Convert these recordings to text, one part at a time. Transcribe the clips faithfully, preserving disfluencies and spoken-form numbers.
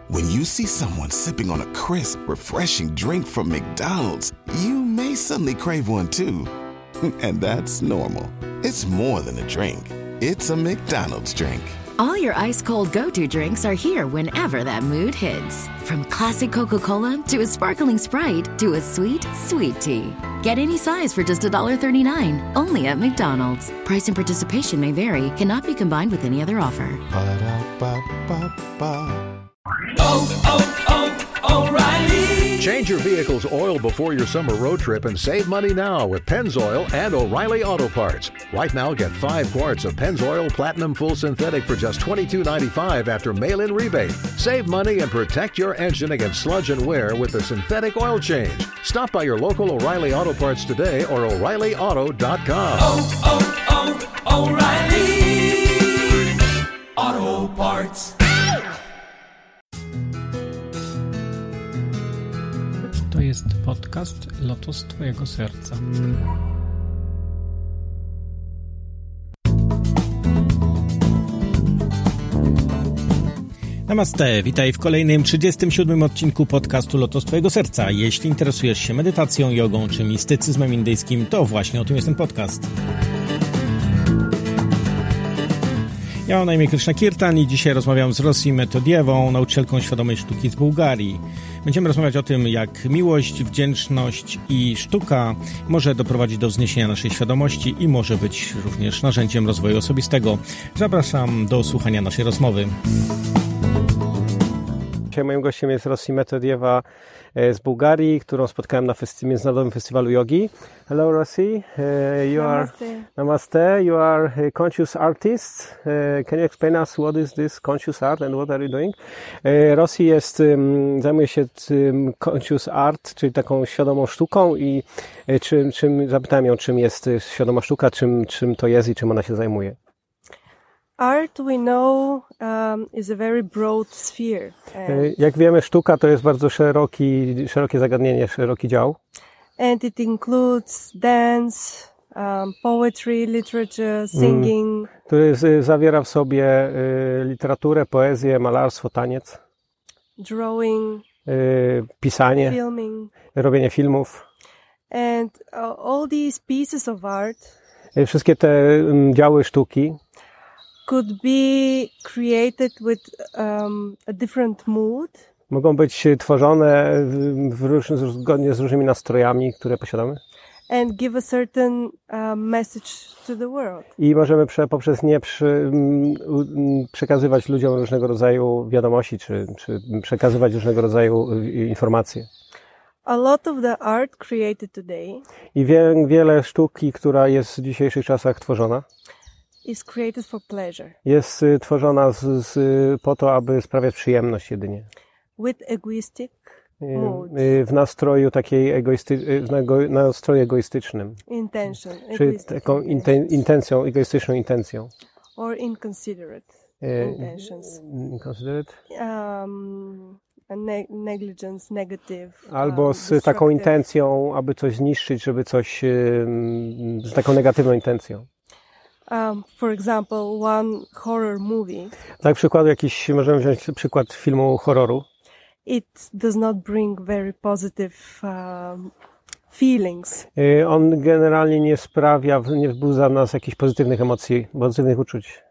When you see someone sipping on a crisp, refreshing drink from McDonald's, you may suddenly crave one too. And that's normal. It's more than a drink. It's a McDonald's drink. All your ice-cold go-to drinks are here whenever that mood hits. From classic Coca-Cola to a sparkling Sprite to a sweet, sweet tea. Get any size for just one dollar thirty-nine, only at McDonald's. Price and participation may vary, cannot be combined with any other offer. Ba-da-ba-ba-ba. Oh, oh, oh, O'Reilly! Change your vehicle's oil before your summer road trip and save money now with Pennzoil and O'Reilly Auto Parts. Right now, get five quarts of Pennzoil Platinum Full Synthetic for just twenty-two ninety-five after mail-in rebate. Save money and protect your engine against sludge and wear with the synthetic oil change. Stop by your local O'Reilly Auto Parts today or O'Reilly Auto dot com. Oh, oh, oh, O'Reilly Auto Parts. To jest podcast Lotos Twojego Serca. Namaste, witaj w kolejnym trzydziestym siódmym odcinku podcastu Lotos Twojego Serca. Jeśli interesujesz się medytacją, jogą czy mistycyzmem indyjskim, to właśnie o tym jest ten podcast. Ja mam na imię Krishna Kirtan i dzisiaj rozmawiam z Rosi Metodiewą, nauczycielką świadomej sztuki z Bułgarii. Będziemy rozmawiać o tym, jak miłość, wdzięczność i sztuka może doprowadzić do wzniesienia naszej świadomości i może być również narzędziem rozwoju osobistego. Zapraszam do słuchania naszej rozmowy. Dzisiaj moim gościem jest Rosi Metodiewa z Bułgarii, którą spotkałem na festi- Międzynarodowym Festiwalu Jogi. Hello Rosi, uh, you Namaste. are Namaste. You are a conscious artist. Uh, can you explain us what is this conscious art and what are you doing? Uh, Rosi jest, um, zajmuje się um, conscious art, czyli taką świadomą sztuką i uh, czym, czym, zapytałem ją, czym jest uh, świadoma sztuka, czym, czym to jest i czym ona się zajmuje. Art, we know, um, is a very broad sphere. And, Jak wiemy, sztuka to jest bardzo szeroki, szerokie zagadnienie, szeroki dział. and it includes dance, um, poetry, literature, singing, Który z, zawiera w sobie y, literaturę, poezję, malarstwo, taniec, drawing, y, pisanie, filming. robienie filmów. And uh, all these pieces of art Y, wszystkie te y, działy sztuki could be created with um, a different mood. mogą być tworzone w, w róż, zgodnie z różnymi nastrojami, które posiadamy. And give a certain um, message to the world. I możemy prze, poprzez nie przy, m, m, przekazywać ludziom różnego rodzaju wiadomości, czy, czy przekazywać różnego rodzaju y, informacje. A lot of the art created today I wie, wiele sztuki, która jest w dzisiejszych czasach tworzona, is created for pleasure, jest y, tworzona z, z, po to, aby sprawiać przyjemność jedynie. with egoistic Y, mood, y, w nastroju takiej egoisty, y, w nego- nastroju egoistycznym, intention, czy egoistic taką intention, inten, intencją, egoistyczną intencją. or inconsiderate Y, intentions, Considerate? um, a ne- negligence, negative, Albo um, z taką destructive. intencją, aby coś zniszczyć, żeby coś, y, z taką negatywną intencją. Um, for example, one horror movie, Dla przykładu jakiś, możemy wziąć przykład filmu horroru. it does not bring very positive um, feelings. Y, On generalnie nie sprawia, nie wzbudza w nas jakichś pozytywnych emocji, pozytywnych uczuć.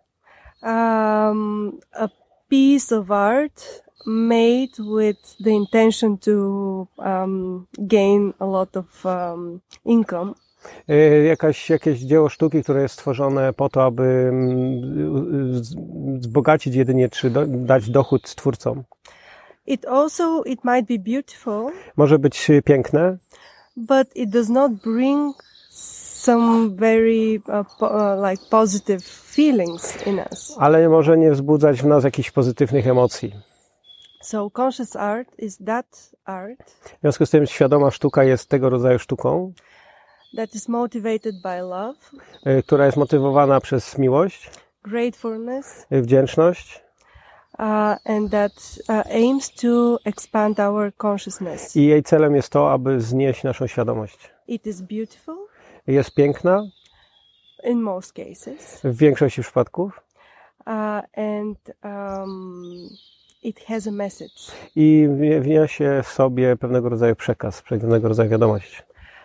Um, a piece of art made with the intention to um, gain a lot of um, income Y, Jakaś, jakieś dzieło sztuki, które jest stworzone po to, aby mm, z- wzbogacić jedynie, czy do, dać dochód twórcom. It also, it might be beautiful, Może być y, piękne, but it does not bring some very uh, po- uh, like positive feelings in us. ale może nie wzbudzać w nas jakichś pozytywnych emocji. So conscious art is that art W związku z tym świadoma sztuka jest tego rodzaju sztuką, that is motivated by love, y, która jest motywowana przez miłość, gratefulness, y, wdzięczność uh, and that uh, aims to expand our consciousness. i jej celem jest to, aby znieść naszą świadomość. It is beautiful Jest piękna in most cases, w większości przypadków uh, and um, it has a message. I wniesie w sobie pewnego rodzaju przekaz, pewnego rodzaju wiadomość.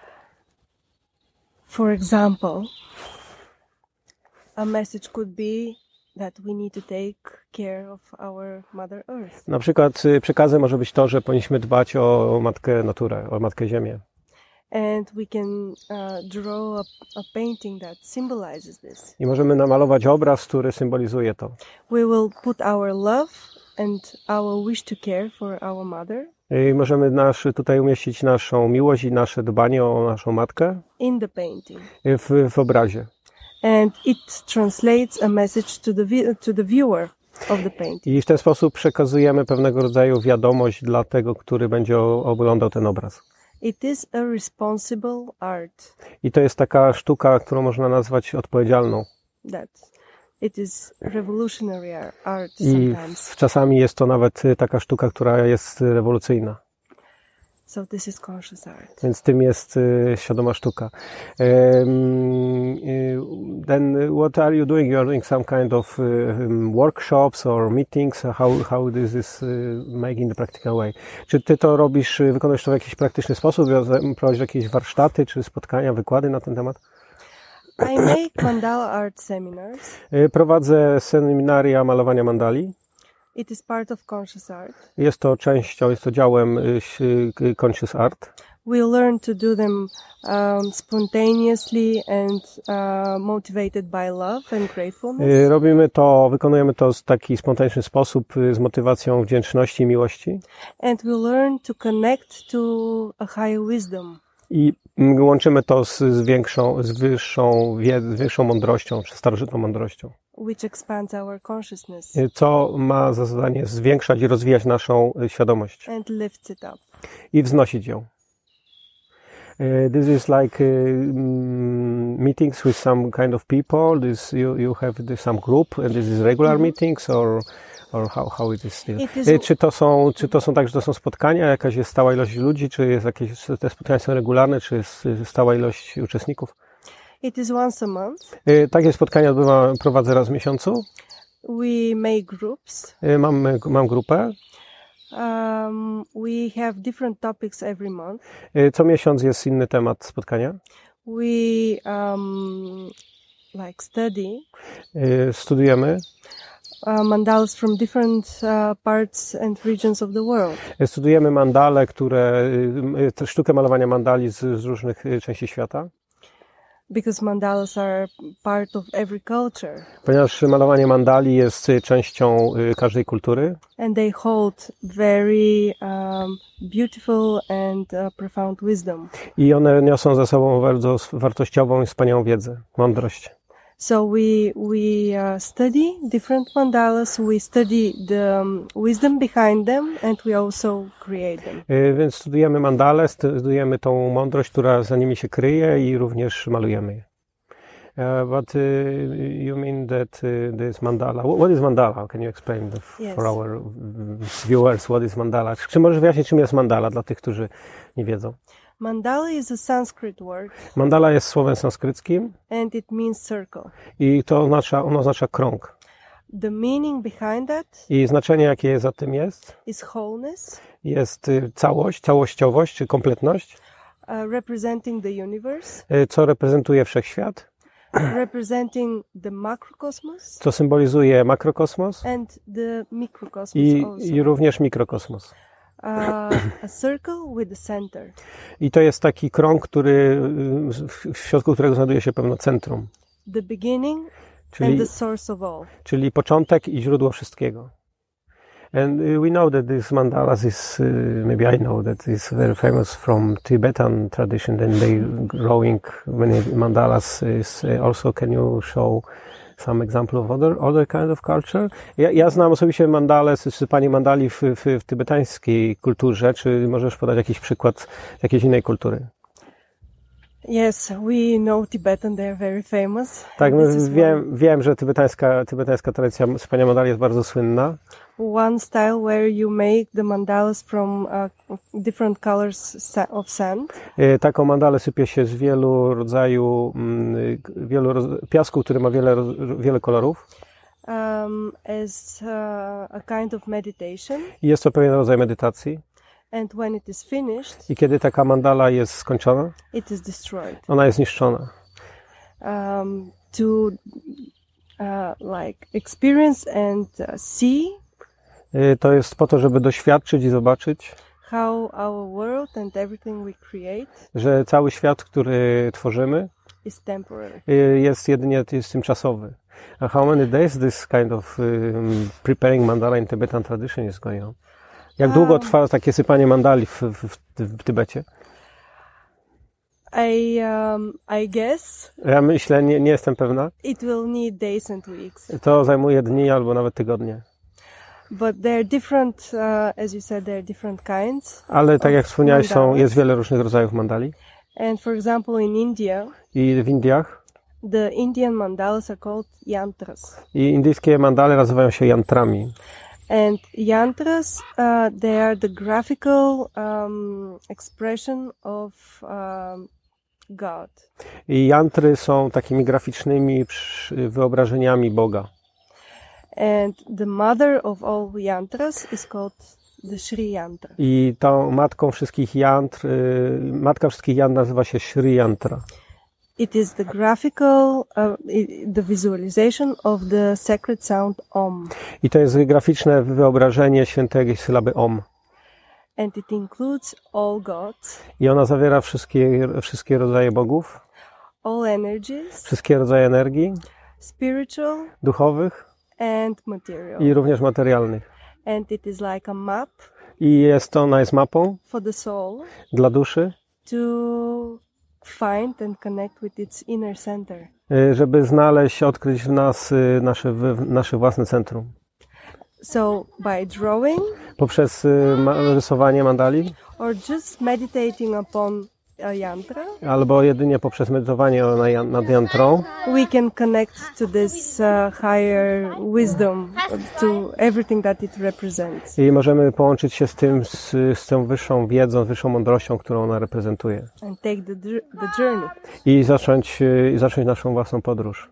For example, a message could be that we need to take care of our Mother Earth. Na przykład przekazem może być to, że powinniśmy dbać o matkę naturę, o matkę ziemię. And we can uh, draw a, a painting that symbolizes this. I możemy namalować obraz, który symbolizuje to. We will put our love and our wish to care for our mother. I możemy nasz, tutaj umieścić naszą miłość i nasze dbanie o naszą matkę in the painting. W, w obrazie. And it translates a message to the to the viewer of the painting. I w ten sposób przekazujemy pewnego rodzaju wiadomość dla tego, który będzie oglądał ten obraz. It is a responsible art. I to jest taka sztuka, którą można nazwać odpowiedzialną. That it is revolutionary art sometimes. I czasami jest to nawet taka sztuka, która jest rewolucyjna. So this is conscious art. Więc tym jest y, świadoma sztuka. Um, then what are you doing? You are doing some kind of um, workshops or meetings? How, how this is uh, made in the practical way? Czy ty to robisz, wykonujesz to w jakiś praktyczny sposób? Prowadzisz jakieś warsztaty, czy spotkania, wykłady na ten temat? I make mandala art seminars. Prowadzę seminaria malowania mandali. It is part of conscious art. Jest to częścią, jest to działem conscious art. We learn to do them um, spontaneously and uh, motivated by love and gratefulness. Robimy to, wykonujemy to w taki spontaniczny sposób z motywacją wdzięczności i miłości. And we learn to connect to a higher wisdom. I łączymy to z, z większą, z wyższą, z wyższą mądrością, czy starożytną mądrością. Which expands our consciousness. Co ma za zadanie zwiększać i rozwijać naszą świadomość. And lifts it up. I wznosić ją. Uh, this is like uh, meetings with some kind of people. This you you have this, some group, and this is regular mm-hmm. meetings, or or how how it is still? It is... Czy to są czy to są tak, że to są spotkania, jakaś jest stała ilość ludzi, czy jest jakieś te spotkania są regularne, czy jest stała ilość uczestników? It is once a month. Uh, takie spotkania odbywam, prowadzę raz w miesiącu. We make groups. Uh, mam mam grupę. Um, we have different topics every month. Co miesiąc jest inny temat spotkania. We um, like study. Studujemy. Uh, mandalas from different uh, parts and regions of the world. Studujemy mandale, które sztukę malowania mandali z, z różnych części świata. Because mandalas are part of every culture. Ponieważ malowanie mandali jest częścią każdej kultury. And they hold very um, beautiful and uh, profound wisdom. I one niosą ze sobą bardzo wartościową i wspaniałą wiedzę, mądrość. So we we uh, study different mandalas. We study the um, wisdom behind them, and we also create them. Więc studujemy mandale, studujemy tą mądrość, która za nimi się kryje, i również malujemy je. Uh, but uh, you mean that uh, this mandala? What is mandala? Can you explain the, yes. for our viewers what is mandala? Czy możesz wyjaśnić, czym jest mandala dla tych, którzy nie wiedzą? Mandala is a Sanskrit word. Mandala jest słowem sanskryckim. And it means circle. I to oznacza, ono oznacza krąg. The meaning behind that. I znaczenie, jakie za tym jest, is wholeness. Jest całość, całościowość czy kompletność. Uh, representing the universe. Co reprezentuje wszechświat. Representing the macrocosmos. Co symbolizuje makrokosmos. And the microcosmos I, also. I również mikrokosmos. Uh, a circle with the center. I to jest taki krąg, który, w środku którego znajduje się pewne centrum. The beginning czyli, and the source of all. Czyli początek i źródło wszystkiego. And we know that this mandalas is, uh, maybe I know that it's very famous from Tibetan tradition, and they growing many mandalas is also, can you show some example of other, other kind of culture? Ja, ja znam osobiście mandale, sypanie mandali w, w, w tybetańskiej kulturze. Czy możesz podać jakiś przykład jakiejś innej kultury? Yes, we know Tibetan, they are very famous. Tak, no, wiem, wiem, że tybetańska, tybetańska tradycja sypania mandali jest bardzo słynna. One style where you make the mandalas from uh, different colors of sand. Taką mandalę sypie się z wielu rodzaju, wielu roz, piasku, który ma wiele, wiele kolorów. um, as uh, a kind of meditation. I jest to pewien rodzaj medytacji. And when it is finished, I kiedy taka mandala jest skończona, it is destroyed. ona jest niszczona. Um, to uh, like experience and uh, see To jest po to, żeby doświadczyć i zobaczyć, how our world and everything we create że cały świat, który tworzymy, is temporary. jest jedynie jest tymczasowy. And how many days this kind of um, preparing mandala in Tibetan tradition is going on? Jak długo trwa takie sypanie mandali w, w, w, w Tybecie? I um, I guess Ja myślę, nie, nie jestem pewna. it will need days and weeks. To zajmuje dni albo nawet tygodnie. But there are different, uh, as you said, there are different kinds. Ale tak jak of wspomniałeś, są, mandalas. jest wiele różnych rodzajów mandali. And for example, in India, I w Indiach, the Indian mandalas are called yantras. i indyjskie mandale nazywają się yantrami. And yantras, uh, they are the graphical um, expression of um, God. I yantry są takimi graficznymi przy- wyobrażeniami Boga. And the mother of all yantras is called the Sri Yantra. I tą matką wszystkich yantr, y, matka wszystkich yantr nazywa się Sri Yantra. It is the graphical, uh, i- the visualization of the sacred sound Om. I to jest graficzne wyobrażenie świętej sylaby Om. And it includes all gods, I ona zawiera wszystkie, wszystkie rodzaje bogów, all energies, wszystkie rodzaje energii, spiritual duchowych and material. i również materialnych. And it is like a map I jest ona jest mapą for the soul dla duszy, to find and connect with its inner center. y, żeby znaleźć, odkryć w nas y, nasze, w- nasze własne centrum. So by drawing Poprzez y, ma- rysowanie mandali, or just meditating upon a yantra, albo jedynie poprzez medytowanie o- na jan- nad jantrą, we can connect to this uh, higher wisdom, to everything that it represents. i możemy połączyć się z tym, z, z tą wyższą wiedzą, wyższą mądrością, którą ona reprezentuje. And take the, dr- the journey. I zacząć, y, i zacząć naszą własną podróż.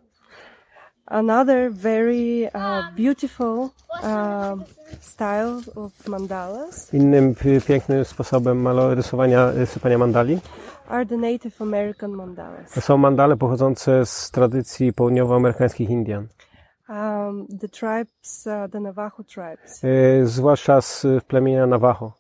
Another very uh, beautiful uh, style of mandalas Innym y, pięknym sposobem malo- rysowania, y, sypania mandali are the Native American mandalas. są mandale pochodzące z tradycji południowoamerykańskich Indian, Um, the tribes, uh, the Navajo tribes, y, zwłaszcza z y, plemienia Navajo.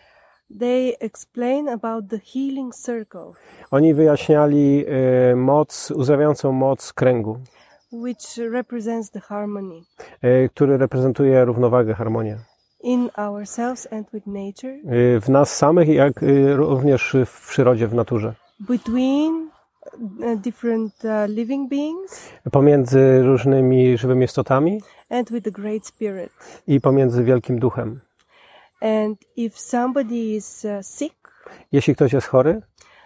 they explain about the healing circle, Oni wyjaśniali y, moc, uzdrawiającą moc kręgu, which represents the harmony y, który reprezentuje równowagę, harmonię. in ourselves and with nature, Y, w nas samych, jak y, również w przyrodzie, w naturze. between uh, different uh, living beings Pomiędzy różnymi żywymi istotami and with the Great Spirit. i pomiędzy Wielkim Duchem. And if somebody is uh, sick, Jeśli ktoś jest chory,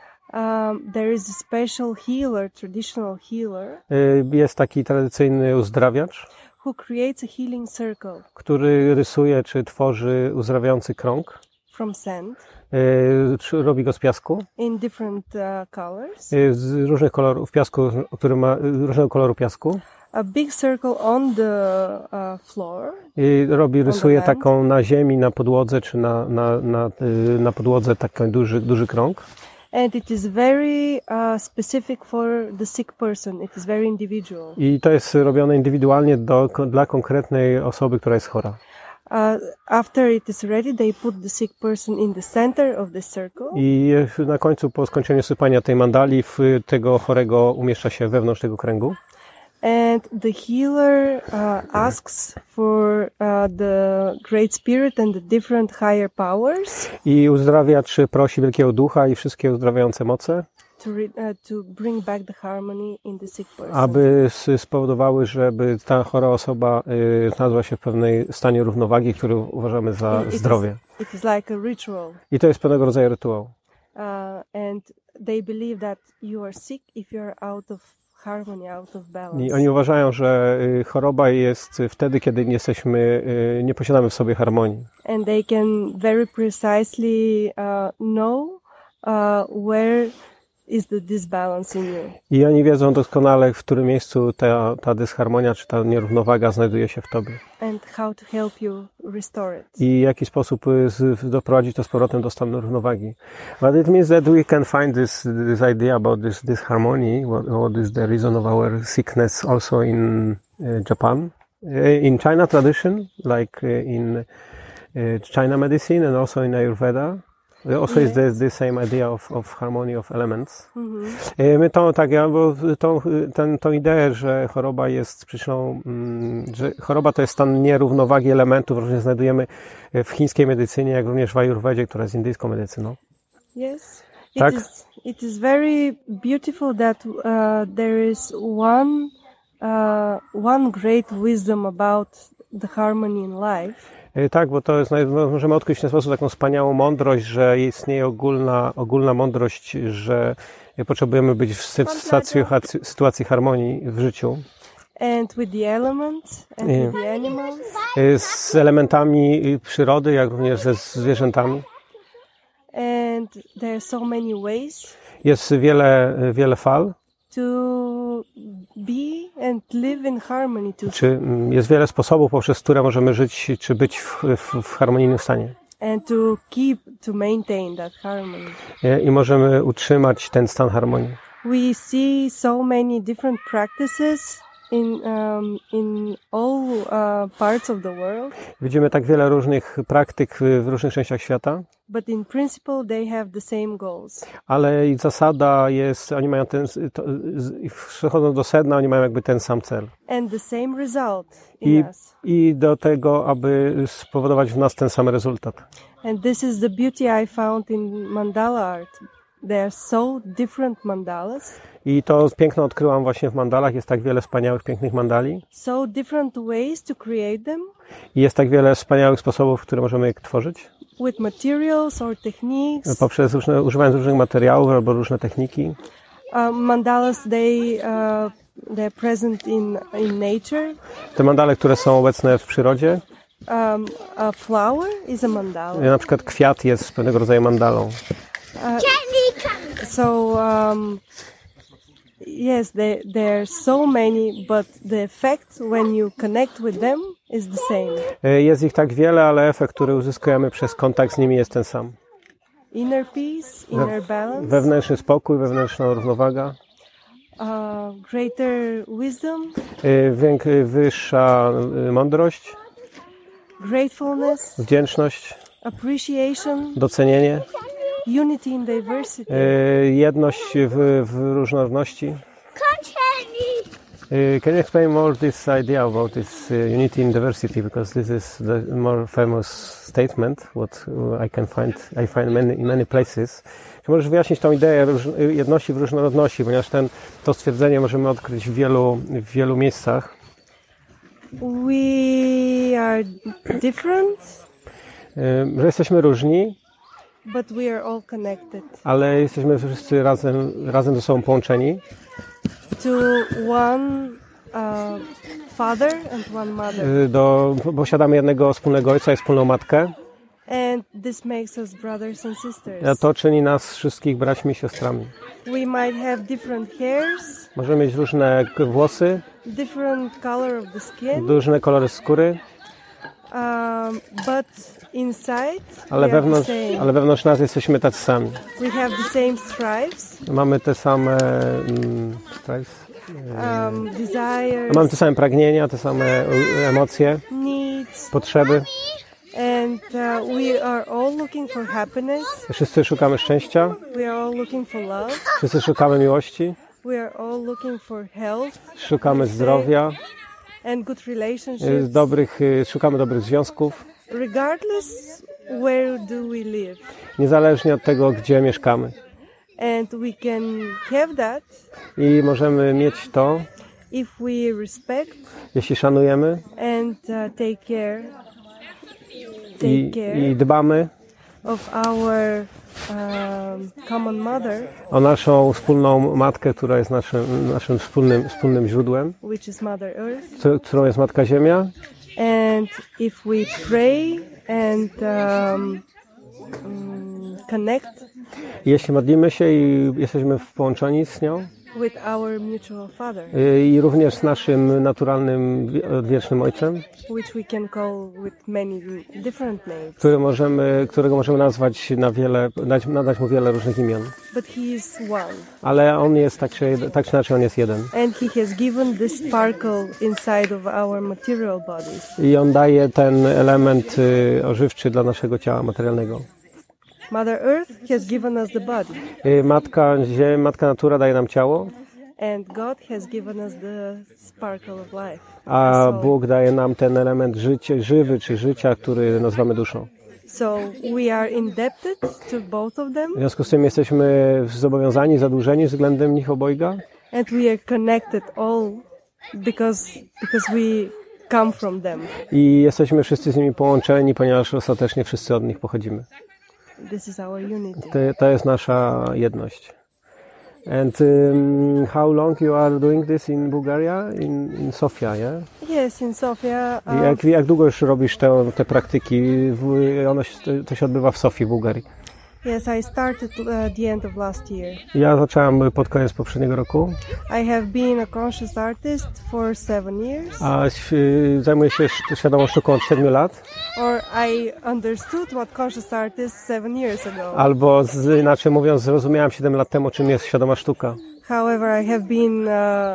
um, there is a special healer, traditional healer, y, jest taki tradycyjny uzdrawiacz, who creates a healing circle który rysuje czy tworzy uzdrawiający krąg. from sand Y, czy robi go z piasku, in different uh, colors, y, z różnych kolorów piasku, który ma y, różnego koloru piasku. a big circle on the uh, floor, I robi, rysuje land. taką na ziemi, na podłodze, czy na, na, na, y, na podłodze taki duży, duży krąg. and it is very uh, specific for the sick person. It is very individual. I to jest robione indywidualnie do, dla konkretnej osoby, która jest chora. Uh, after it is ready, they put the sick person in the center of the circle, I na końcu, po skończeniu sypania tej mandali, w tego chorego umieszcza się wewnątrz tego kręgu. and the healer uh, asks for uh, the Great Spirit and the different higher powers I uzdrawiacz prosi Wielkiego Ducha i wszystkie uzdrawiające moce, to re- uh, to bring back the harmony in the sick person. aby s- spowodowały, żeby ta chora osoba y, znalazła się w pewnej stanie równowagi, który uważamy za It is- zdrowie. It is like a ritual, I to jest pewnego rodzaju rytuał. uh, and they believe that you are sick if you are out of harmony, out of balance. I oni uważają, że y, choroba jest wtedy, kiedy nie jesteśmy, y, nie posiadamy w sobie harmonii. And they can very precisely uh, know uh, where is the disbalance in you. I oni wiedzą doskonale, w którym miejscu ta, ta dysharmonia czy ta nierównowaga znajduje się w tobie. And how to help you restore it. I w jaki sposób z, doprowadzić to z powrotem do stanu równowagi. But it means that we can find this, this idea about this disharmony, what, what is the reason of our sickness also in uh, Japan, uh, in China tradition, like uh, in uh, China medicine and also in Ayurveda. Also yes. is the, the same idea of, of harmony of elements. Mm-hmm. My to tak, ja, bo tą, ten, tą ideę, że choroba jest przyczyną, że choroba to jest stan nierównowagi elementów, również znajdujemy w chińskiej medycynie, jak również w Ayurvedzie, która jest indyjską medycyną. Yes. It tak? Is, it is very beautiful that uh, there is one, uh, one great wisdom about the harmony in life. Tak, bo to jest, możemy odkryć w ten sposób taką wspaniałą mądrość, że istnieje ogólna, ogólna mądrość, że potrzebujemy być w sytuacji, sytuacji harmonii w życiu. And with the elements, and I, with the animals. Z elementami przyrody, jak również ze zwierzętami. And there are so many ways. Jest wiele, wiele fal. To be and live in harmony. To czy jest wiele sposobów, poprzez które możemy żyć, czy być w, w, w harmonijnym stanie. And to keep, to maintain that harmony. I możemy utrzymać ten stan harmonii. We see so many different practices in um, in all uh, parts of the world. Widzimy tak wiele różnych praktyk w różnych częściach świata. But in principle they have the same goals. Ale i zasada jest, oni mają ten, to, przechodzą do sedna, oni mają jakby ten sam cel. And the same result in I, us. I do tego, aby spowodować w nas ten sam rezultat. And this is the beauty I found in mandala art. There are so different mandalas. I to piękno odkryłam właśnie w mandalach. Jest tak wiele wspaniałych, pięknych mandali. So different ways to create them. I jest tak wiele wspaniałych sposobów, które możemy je tworzyć. With materials or techniques. Poprzez różne, używając różnych materiałów albo różne techniki. Uh, mandalas, they uh, they're present in in nature. Te mandale, które są obecne w przyrodzie. Um, a flower is a mandala. Na przykład kwiat jest pewnego rodzaju mandalą. Uh, so um, yes, there, there are so many, but the effect when you connect with them is the same. Jest ich tak wiele, ale efekt, który uzyskujemy przez kontakt z nimi, jest ten sam. Inner peace, inner balance. Wewnętrzny spokój, wewnętrzna równowaga. Uh, greater wisdom. Wyższa mądrość. Gratefulness. Wdzięczność. Appreciation. Docenienie. Unity in diversity. Jedność w, w różnorodności. Can you explain more this idea about this unity in diversity, because this is the more famous statement what I can find I find many in many places. Czy możesz wyjaśnić tą ideę jedności w różnorodności, ponieważ ten, to stwierdzenie możemy odkryć w wielu, w wielu miejscach. We are different. Że jesteśmy różni. But we are all connected. Ale jesteśmy wszyscy razem, razem ze sobą połączeni. To one uh, father and one mother. Do, posiadamy jednego wspólnego ojca i wspólną matkę. And this makes us brothers and sisters. A to czyni nas wszystkich braćmi i siostrami. We might have different hairs. Możemy mieć różne włosy. Different color of the skin. Różne kolory skóry. Um, but inside, ale, we wewnątrz, are the same. ale wewnątrz nas jesteśmy tacy sami. We have the same stripes. Mamy te same um, stripes. Um, desires. Mamy te same pragnienia, te same emocje, needs, potrzeby. And uh, we are all looking for happiness. Wszyscy szukamy szczęścia. We are all looking for love. Wszyscy szukamy miłości. We are all looking for health. Szukamy zdrowia. And good relationships. Dobrych, szukamy dobrych związków. Regardless where do we live. Niezależnie od tego, gdzie mieszkamy. And we can have that. I możemy mieć to. If we respect. Jeśli szanujemy. And uh, take care. Take I, care I dbamy. Of our um, common mother. O naszą wspólną matkę, która jest naszym, naszym wspólnym, wspólnym źródłem. Which is Mother Earth. Co, którą jest Matka Ziemia. And if we pray and um, um, connect Jeśli modlimy się i jesteśmy połączeni z nią, with our mutual Father, i również z naszym naturalnym, odwiecznym Ojcem, which we can call with many different names. który możemy, którego możemy nazwać na wiele, dać, nadać mu wiele różnych imion. But he is one. Ale on jest tak czy, tak czy inaczej, on jest jeden. And he has given this sparkle inside of our material bodies. I on daje ten element y, ożywczy dla naszego ciała materialnego. Mother Earth has given us the body. Y, Matka Ziemia, Matka Natura daje nam ciało, And God has given us the sparkle of life. a So- Bóg daje nam ten element życie, żywy czy życia, który nazywamy duszą. So we are indebted to both of them, W związku z tym jesteśmy zobowiązani, zadłużeni względem nich obojga and we are connected all because because we come from them. i jesteśmy wszyscy z nimi połączeni, ponieważ ostatecznie wszyscy od nich pochodzimy. This is our unity. To, to jest nasza jedność. And um, how long you are doing this in Bulgaria, in, in Sofia, yeah? Yes, in Sofia. I Uh, jak, jak długo już robisz te, te praktyki? W, ono się, to się odbywa w Sofii, w Bułgarii. yes, I started uh, at the end of last year. Ja zacząłem pod koniec poprzedniego roku, I have been a conscious artist for seven years, a ś- zajmuję się sz- świadomą sztuką od siedmiu lat, or I understood what conscious artist seven years ago. albo z, inaczej mówiąc, zrozumiałem siedem lat temu, czym jest świadoma sztuka. However, I have been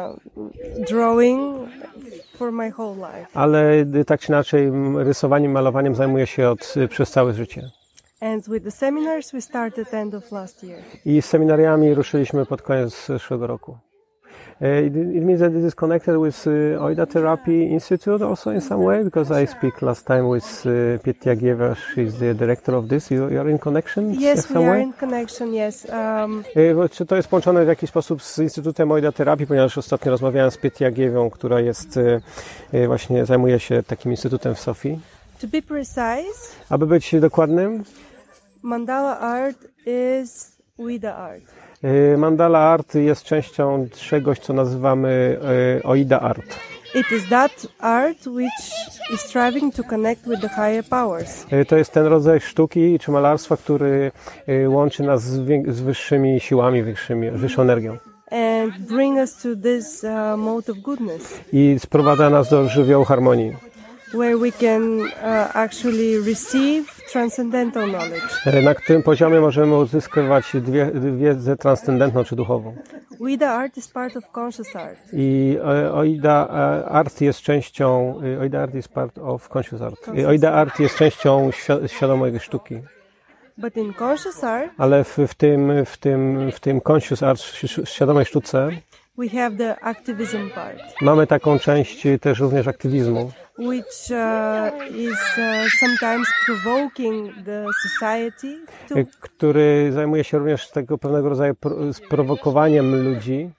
uh, drawing for my whole life. Ale y, tak czy inaczej m, rysowaniem, malowaniem zajmuję się od, y, przez całe życie. And with the seminars, we started end of last year. I z seminariami ruszyliśmy pod koniec zeszłego roku. Uh, it, it means that it is connected with uh, Oida Therapy Institute also in some way, because I speak last time with uh, Petya Gieva, she's the director of this. You, you are in connection in Yes, some we are way? in connection, yes. Um, Uh, Czy to jest połączone w jakiś sposób z Instytutem Oida Terapii, ponieważ ostatnio rozmawiałem z Petya Giewą, która jest, uh, właśnie zajmuje się takim instytutem w Sofii. to be precise, Aby być dokładnym, mandala art is Oida art. uh, Mandala Art jest częścią czegoś, co nazywamy uh, Oida Art. It is that art which is striving to connect with the higher powers. To jest ten rodzaj sztuki czy malarstwa, który y, łączy nas z, wię- z wyższymi siłami, wyższymi, wyższą energią And bring us to this uh, mode of goodness, i sprowadza nas do żywiołu harmonii, where we can uh, actually receive transcendental knowledge. y, na którym poziomie możemy uzyskiwać dwie, wiedzę transcendentną czy duchową. Oida art is part of conscious art. I y, Oida y, Art jest częścią, y, Oida Art is part of conscious art. I Oida Art jest częścią świ- świadomej sztuki. But in conscious art, Ale w, w tym, w tym, w tym conscious art, ś- świadomej sztuce, we have the activism part, mamy taką część y, też również aktywizmu, which uh, is uh, sometimes provoking the society to, który zajmuje się również tego pewnego rodzaju pro, sprowokowaniem ludzi,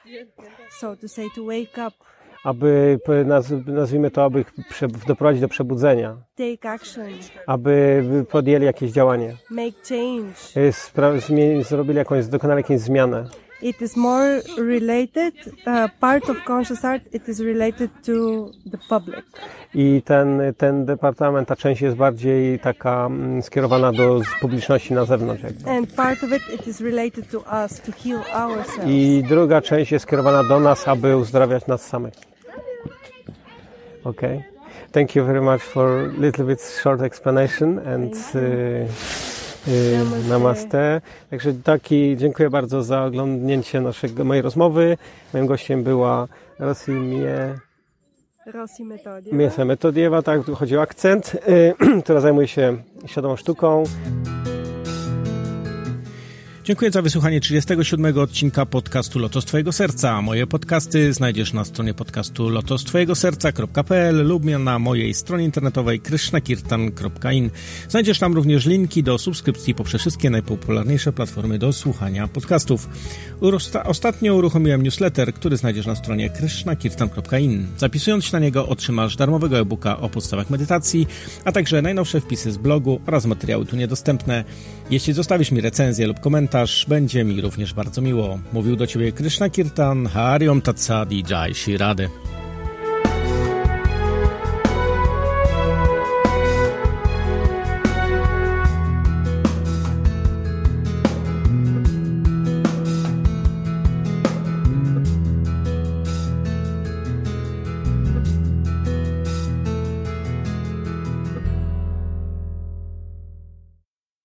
so to say, to wake up, aby, naz, nazwijmy to, aby ich prze, doprowadzić do przebudzenia, take action, aby podjęli jakieś działanie, make change. y, spra, zmieni, zrobili jakąś, dokonali jakąś zmianę. It is more related, uh, part of conscious art, it is related to the public. I ten, ten departament, ta część jest bardziej taka mm, skierowana do publiczności na zewnątrz. Jakby. And part of it, it is related to us, to heal ourselves. I druga część jest skierowana do nas, aby uzdrawiać nas samych. Okay. Thank you very much for little bit short explanation and uh, uh, namaste. Także taki, dziękuję bardzo za oglądnięcie naszego, mojej rozmowy. Moim gościem była Rosi Mie, Rosi Metodia. Miesa Metodiewa, tak, tu chodzi o akcent, y, która zajmuje się świadomą sztuką. Dziękuję za wysłuchanie trzydziestego siódmego odcinka podcastu Lotos Twojego Serca. Moje podcasty znajdziesz na stronie podcastu lotos twojego serca kropka p l lub na mojej stronie internetowej krishnakirtan kropka in. Znajdziesz tam również linki do subskrypcji poprzez wszystkie najpopularniejsze platformy do słuchania podcastów. Urosta- ostatnio uruchomiłem newsletter, który znajdziesz na stronie krishnakirtan kropka in. Zapisując się na niego otrzymasz darmowego e-booka o podstawach medytacji, a także najnowsze wpisy z blogu oraz materiały tu niedostępne. Jeśli zostawisz mi recenzję lub komentarz, będzie mi również bardzo miło. Mówił do Ciebie Krishna Kirtan, Hari Om Tat Sat, Jai Shri Radhe.